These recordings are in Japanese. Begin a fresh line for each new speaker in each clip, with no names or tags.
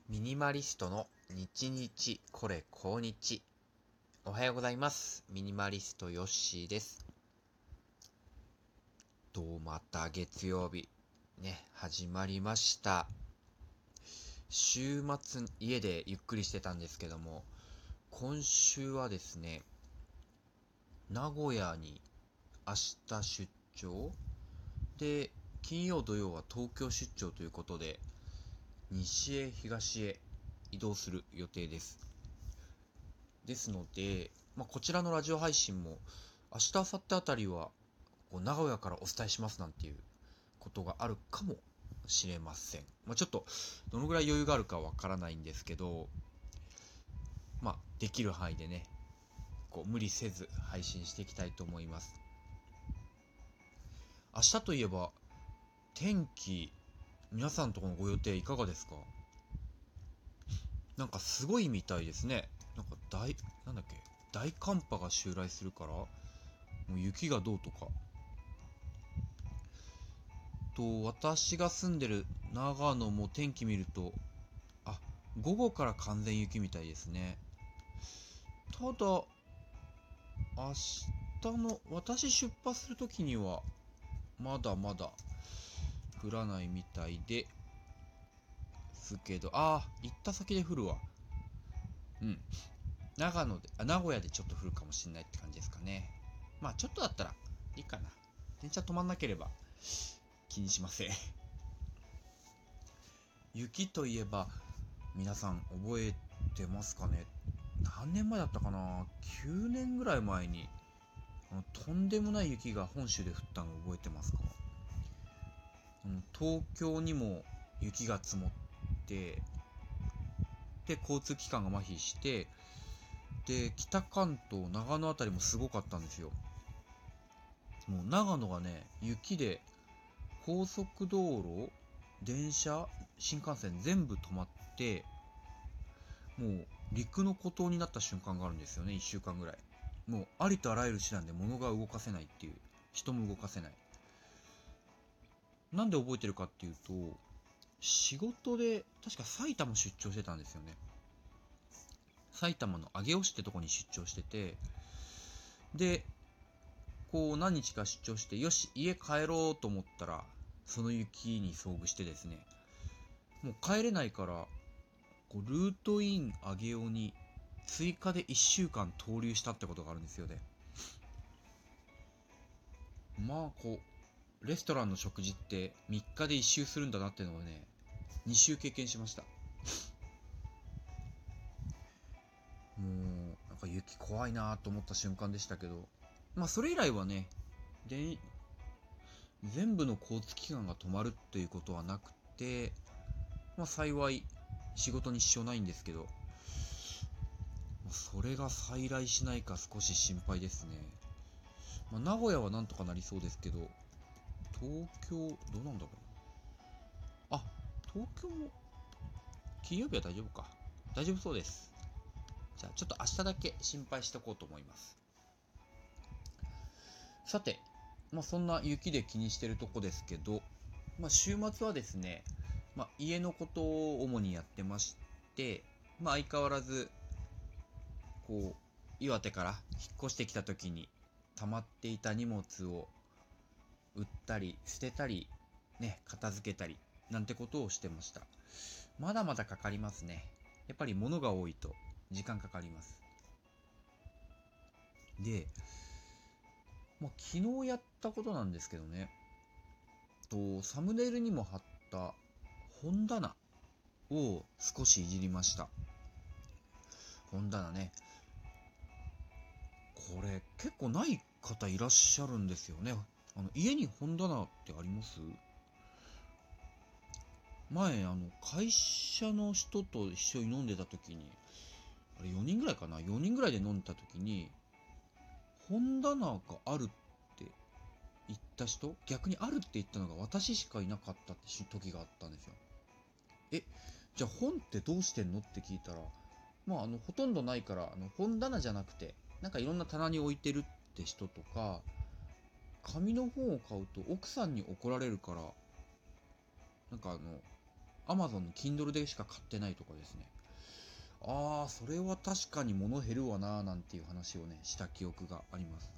ミニマリストの日日これ後日。おはようございます。ミニマリストヨッシーです。また月曜日ね、始まりました。週末家でゆっくりしてたんですけども、今週はですね、名古屋に明日出張で、金曜土曜は東京出張ということで、西へ東へ移動する予定です。ですので、こちらのラジオ配信も明日明後日あたりは名古屋からお伝えしますなんていうことがあるかもしれません。ちょっとどのぐらい余裕があるかわからないんですけど、できる範囲でね、無理せず配信していきたいと思います。明日といえば天気、皆さんとこのご予定いかがですか？なんかすごいみたいですね。なんか大寒波が襲来するからもう雪がどうとか私が住んでる長野も天気見ると、午後から完全雪みたいですね。ただ明日の私出発する時にはまだまだ降らないみたいですけど、行った先で降るわ。名古屋でちょっと降るかもしれないって感じですかね。ちょっとだったらいいかな。電車止まんなければ気にしません。雪といえば皆さん覚えてますかね？何年前だったかな？ 9 年ぐらい前にとんでもない雪が本州で降ったの覚えてますか？東京にも雪が積もってで交通機関が麻痺して、で北関東長野あたりもすごかったんですよ。もう長野がね、雪で高速道路、電車、新幹線全部止まって、もう陸の孤島になった瞬間があるんですよね。1週間ぐらいもうありとあらゆる手段で物が動かせないっていう、人も動かせない。なんで覚えてるかっていうと、仕事で確か埼玉出張してたんですよね。埼玉の上尾市ってとこに出張してて、で何日か出張して、よし家帰ろうと思ったらその雪に遭遇してですね、もう帰れないからルートイン上尾に追加で1週間逗留したってことがあるんですよね。レストランの食事って3日で1周するんだなっていうのをね、2週経験しました。もうなんか雪怖いなと思った瞬間でしたけど、それ以来はね、で全部の交通機関が止まるっていうことはなくて、幸い仕事に支障ないんですけど、それが再来しないか少し心配ですね。名古屋はなんとかなりそうですけど、東京どうなんだろうな。東京も金曜日は大丈夫か。大丈夫そうです。じゃあちょっと明日だけ心配しておこうと思います。さて、そんな雪で気にしてるとこですけど、週末はですね、家のことを主にやってまして、相変わらず岩手から引っ越してきた時に溜まっていた荷物を売ったり捨てたりね、片付けたりなんてことをしてました。まだまだかかりますね。やっぱり物が多いと時間かかります。で、昨日やったことなんですけどね、サムネイルにも貼った本棚を少しいじりました。本棚ね、これ結構ない方いらっしゃるんですよね。家に本棚ってあります？前会社の人と一緒に飲んでた時に、あれ4人ぐらいかな、4人ぐらいで飲んでた時に、本棚があるって言った人、逆にあるって言ったのが私しかいなかったって時があったんですよ。じゃあ本ってどうしてんのって聞いたら、ほとんどないから、本棚じゃなくてなんかいろんな棚に置いてるって人とか、紙の本を買うと奥さんに怒られるから、なんか Amazon の Kindle でしか買ってないとかですね。それは確かに物減るわななんていう話をね、した記憶があります。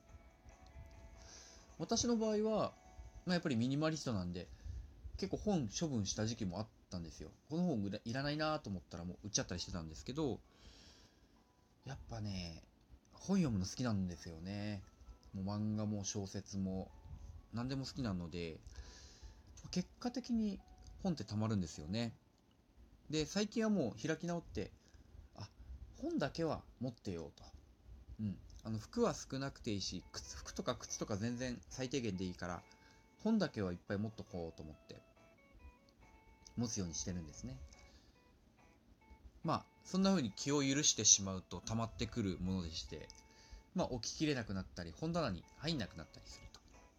私の場合は、やっぱりミニマリストなんで、結構本処分した時期もあったんですよ。この本いらないなと思ったらもう売っちゃったりしてたんですけど、やっぱね、本読むの好きなんですよね。もう漫画も小説も何でも好きなので、結果的に本ってたまるんですよね。で、最近はもう開き直って、本だけは持ってよと。服は少なくていいし、服とか靴とか全然最低限でいいから、本だけはいっぱい持っとこうと思って、持つようにしてるんですね。そんな風に気を許してしまうと溜まってくるものでして、置ききれなくなったり、本棚に入んなくなったりする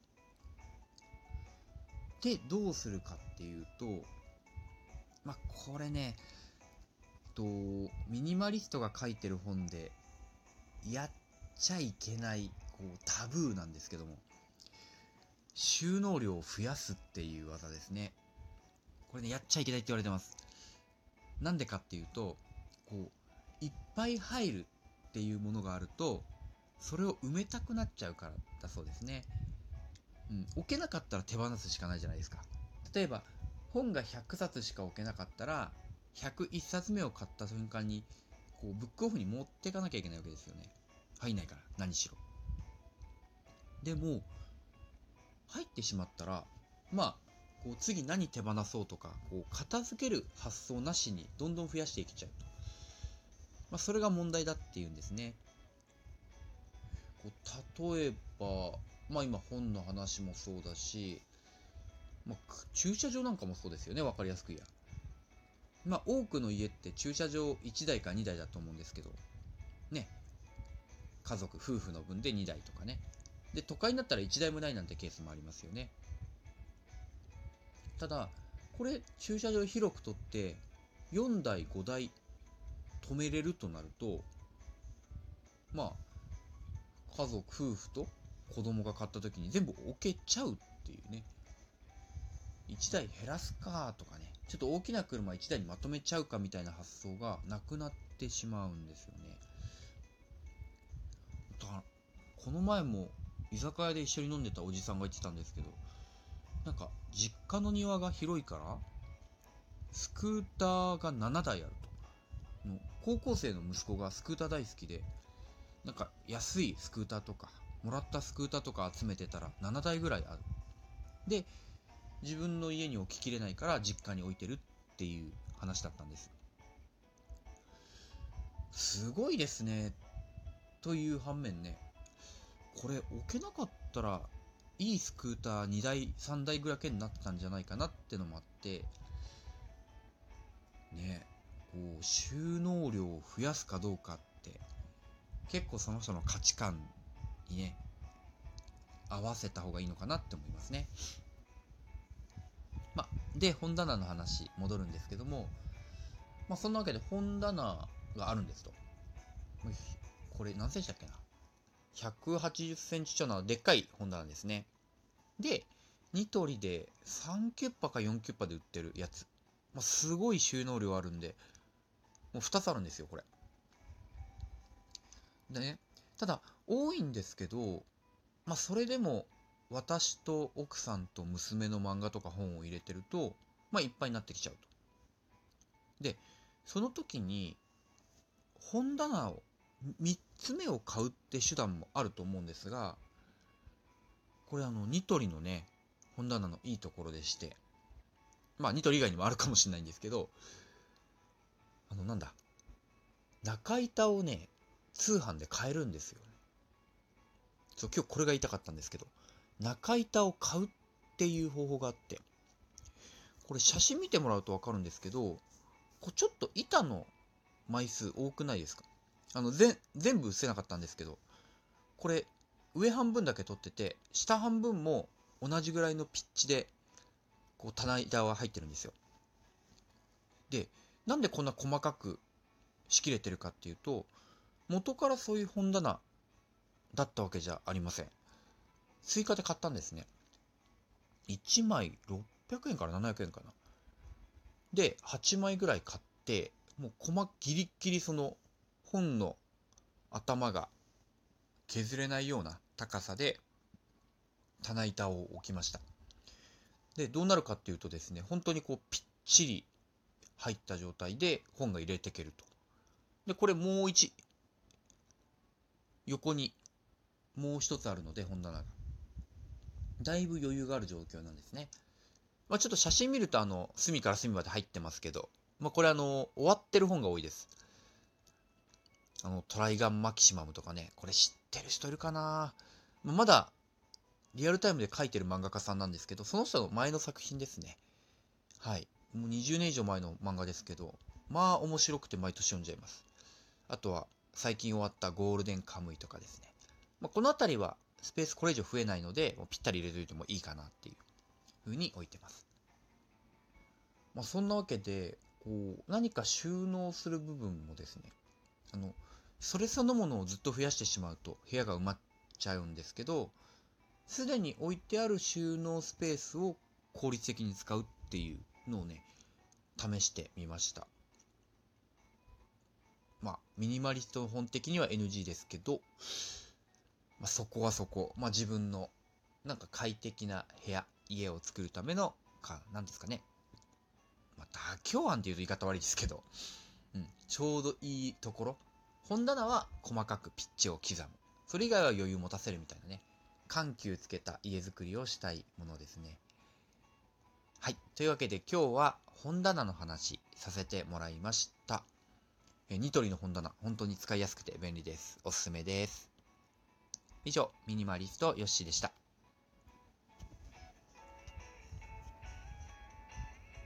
と。で、どうするかっていうと、これね、ミニマリストが書いてる本で、やっちゃいけない、タブーなんですけども、収納量を増やすっていう技ですね。これね、やっちゃいけないって言われてます。なんでかっていうと、いっぱい入るっていうものがあると、それを埋めたくなっちゃうからだそうですね。置けなかったら手放すしかないじゃないですか。例えば、本が100冊しか置けなかったら、101冊目を買った瞬間に、ブックオフに持っていかなきゃいけないわけですよね。入んないから、何しろ。でも、入ってしまったら、次何手放そうとか、片付ける発想なしにどんどん増やしていけちゃうと。それが問題だっていうんですね。例えば、今本の話もそうだし、駐車場なんかもそうですよね、わかりやすく言えば。多くの家って駐車場1台か2台だと思うんですけど、ね、家族、夫婦の分で2台とかね。で、都会になったら1台もないなんてケースもありますよね。ただ、これ、駐車場広くとって、4台、5台止めれるとなると、家族、夫婦と子供が買った時に全部置けちゃうっていうね。1台減らすかとかね、ちょっと大きな車1台にまとめちゃうかみたいな発想がなくなってしまうんですよね。この前も居酒屋で一緒に飲んでたおじさんが言ってたんですけど、実家の庭が広いからスクーターが7台あると。高校生の息子がスクーター大好きで、安いスクーターとかもらったスクーターとか集めてたら7台ぐらいある。で、自分の家に置ききれないから実家に置いてるっていう話だったんです。すごいですね。という反面ね、これ置けなかったらいいスクーター2台3台ぐらいになってたんじゃないかなってのもあってね、収納量を増やすかどうかって結構その人の価値観にね合わせた方がいいのかなって思いますね。で本棚の話戻るんですけども、そんなわけで本棚があるんですと。これ何センチだっけな、180センチ超のでっかい本棚ですね。で、ニトリで3キュッパか4キュッパで売ってるやつ。すごい収納量あるんで、もう2つあるんですよ、これ。でね、ただ、多いんですけど、それでも、私と奥さんと娘の漫画とか本を入れてると、いっぱいになってきちゃうと。で、その時に、本棚を、3つ目を買うって手段もあると思うんですが、これニトリのね、本棚のいいところでして、ニトリ以外にもあるかもしれないんですけど、中板をね、通販で買えるんですよね。そう、今日これが言いたかったんですけど、中板を買うっていう方法があって、これ写真見てもらうとわかるんですけど、ちょっと板の枚数多くないですか？全部写せなかったんですけど、これ、上半分だけ取ってて、下半分も同じぐらいのピッチで、棚板は入ってるんですよ。で、なんでこんな細かく仕切れてるかっていうと、元からそういう本棚だったわけじゃありません。追加で買ったんですね。1枚600円から700円かな。 で、8枚ぐらい買って、もうギリッギリその本の頭が削れないような高さで棚板を置きました。で、どうなるかっていうとですね、本当にこうぴっちり入った状態で本が入れていけると。で、これもう横にもう一つあるので本棚が。だいぶ余裕がある状況なんですね。ちょっと写真見ると隅から隅まで入ってますけど、これ終わってる本が多いです。トライガンマキシマムとかね、これ知ってる人いるかな。まだリアルタイムで描いてる漫画家さんなんですけど、その人の前の作品ですね。はい。もう20年以上前の漫画ですけど、面白くて毎年読んじゃいます。あとは、最近終わったゴールデンカムイとかですね。この辺りはスペースこれ以上増えないので、ぴったり入れといてもいいかなっていう風に置いてます。そんなわけで、何か収納する部分もですね、それそのものをずっと増やしてしまうと部屋が埋まっちゃうんですけど、すでに置いてある収納スペースを効率的に使うっていうのをね、試してみました。ミニマリスト本的には NG ですけど、そこはそこ、自分のなんか快適な家を作るためのなんですかね、妥協案っていうと言い方悪いですけど、ちょうどいいところ。本棚は細かくピッチを刻む。それ以外は余裕持たせるみたいなね。緩急つけた家づくりをしたいものですね。はい。というわけで今日は本棚の話させてもらいました。ニトリの本棚、本当に使いやすくて便利です。おすすめです。以上、ミニマリストヨッシーでした。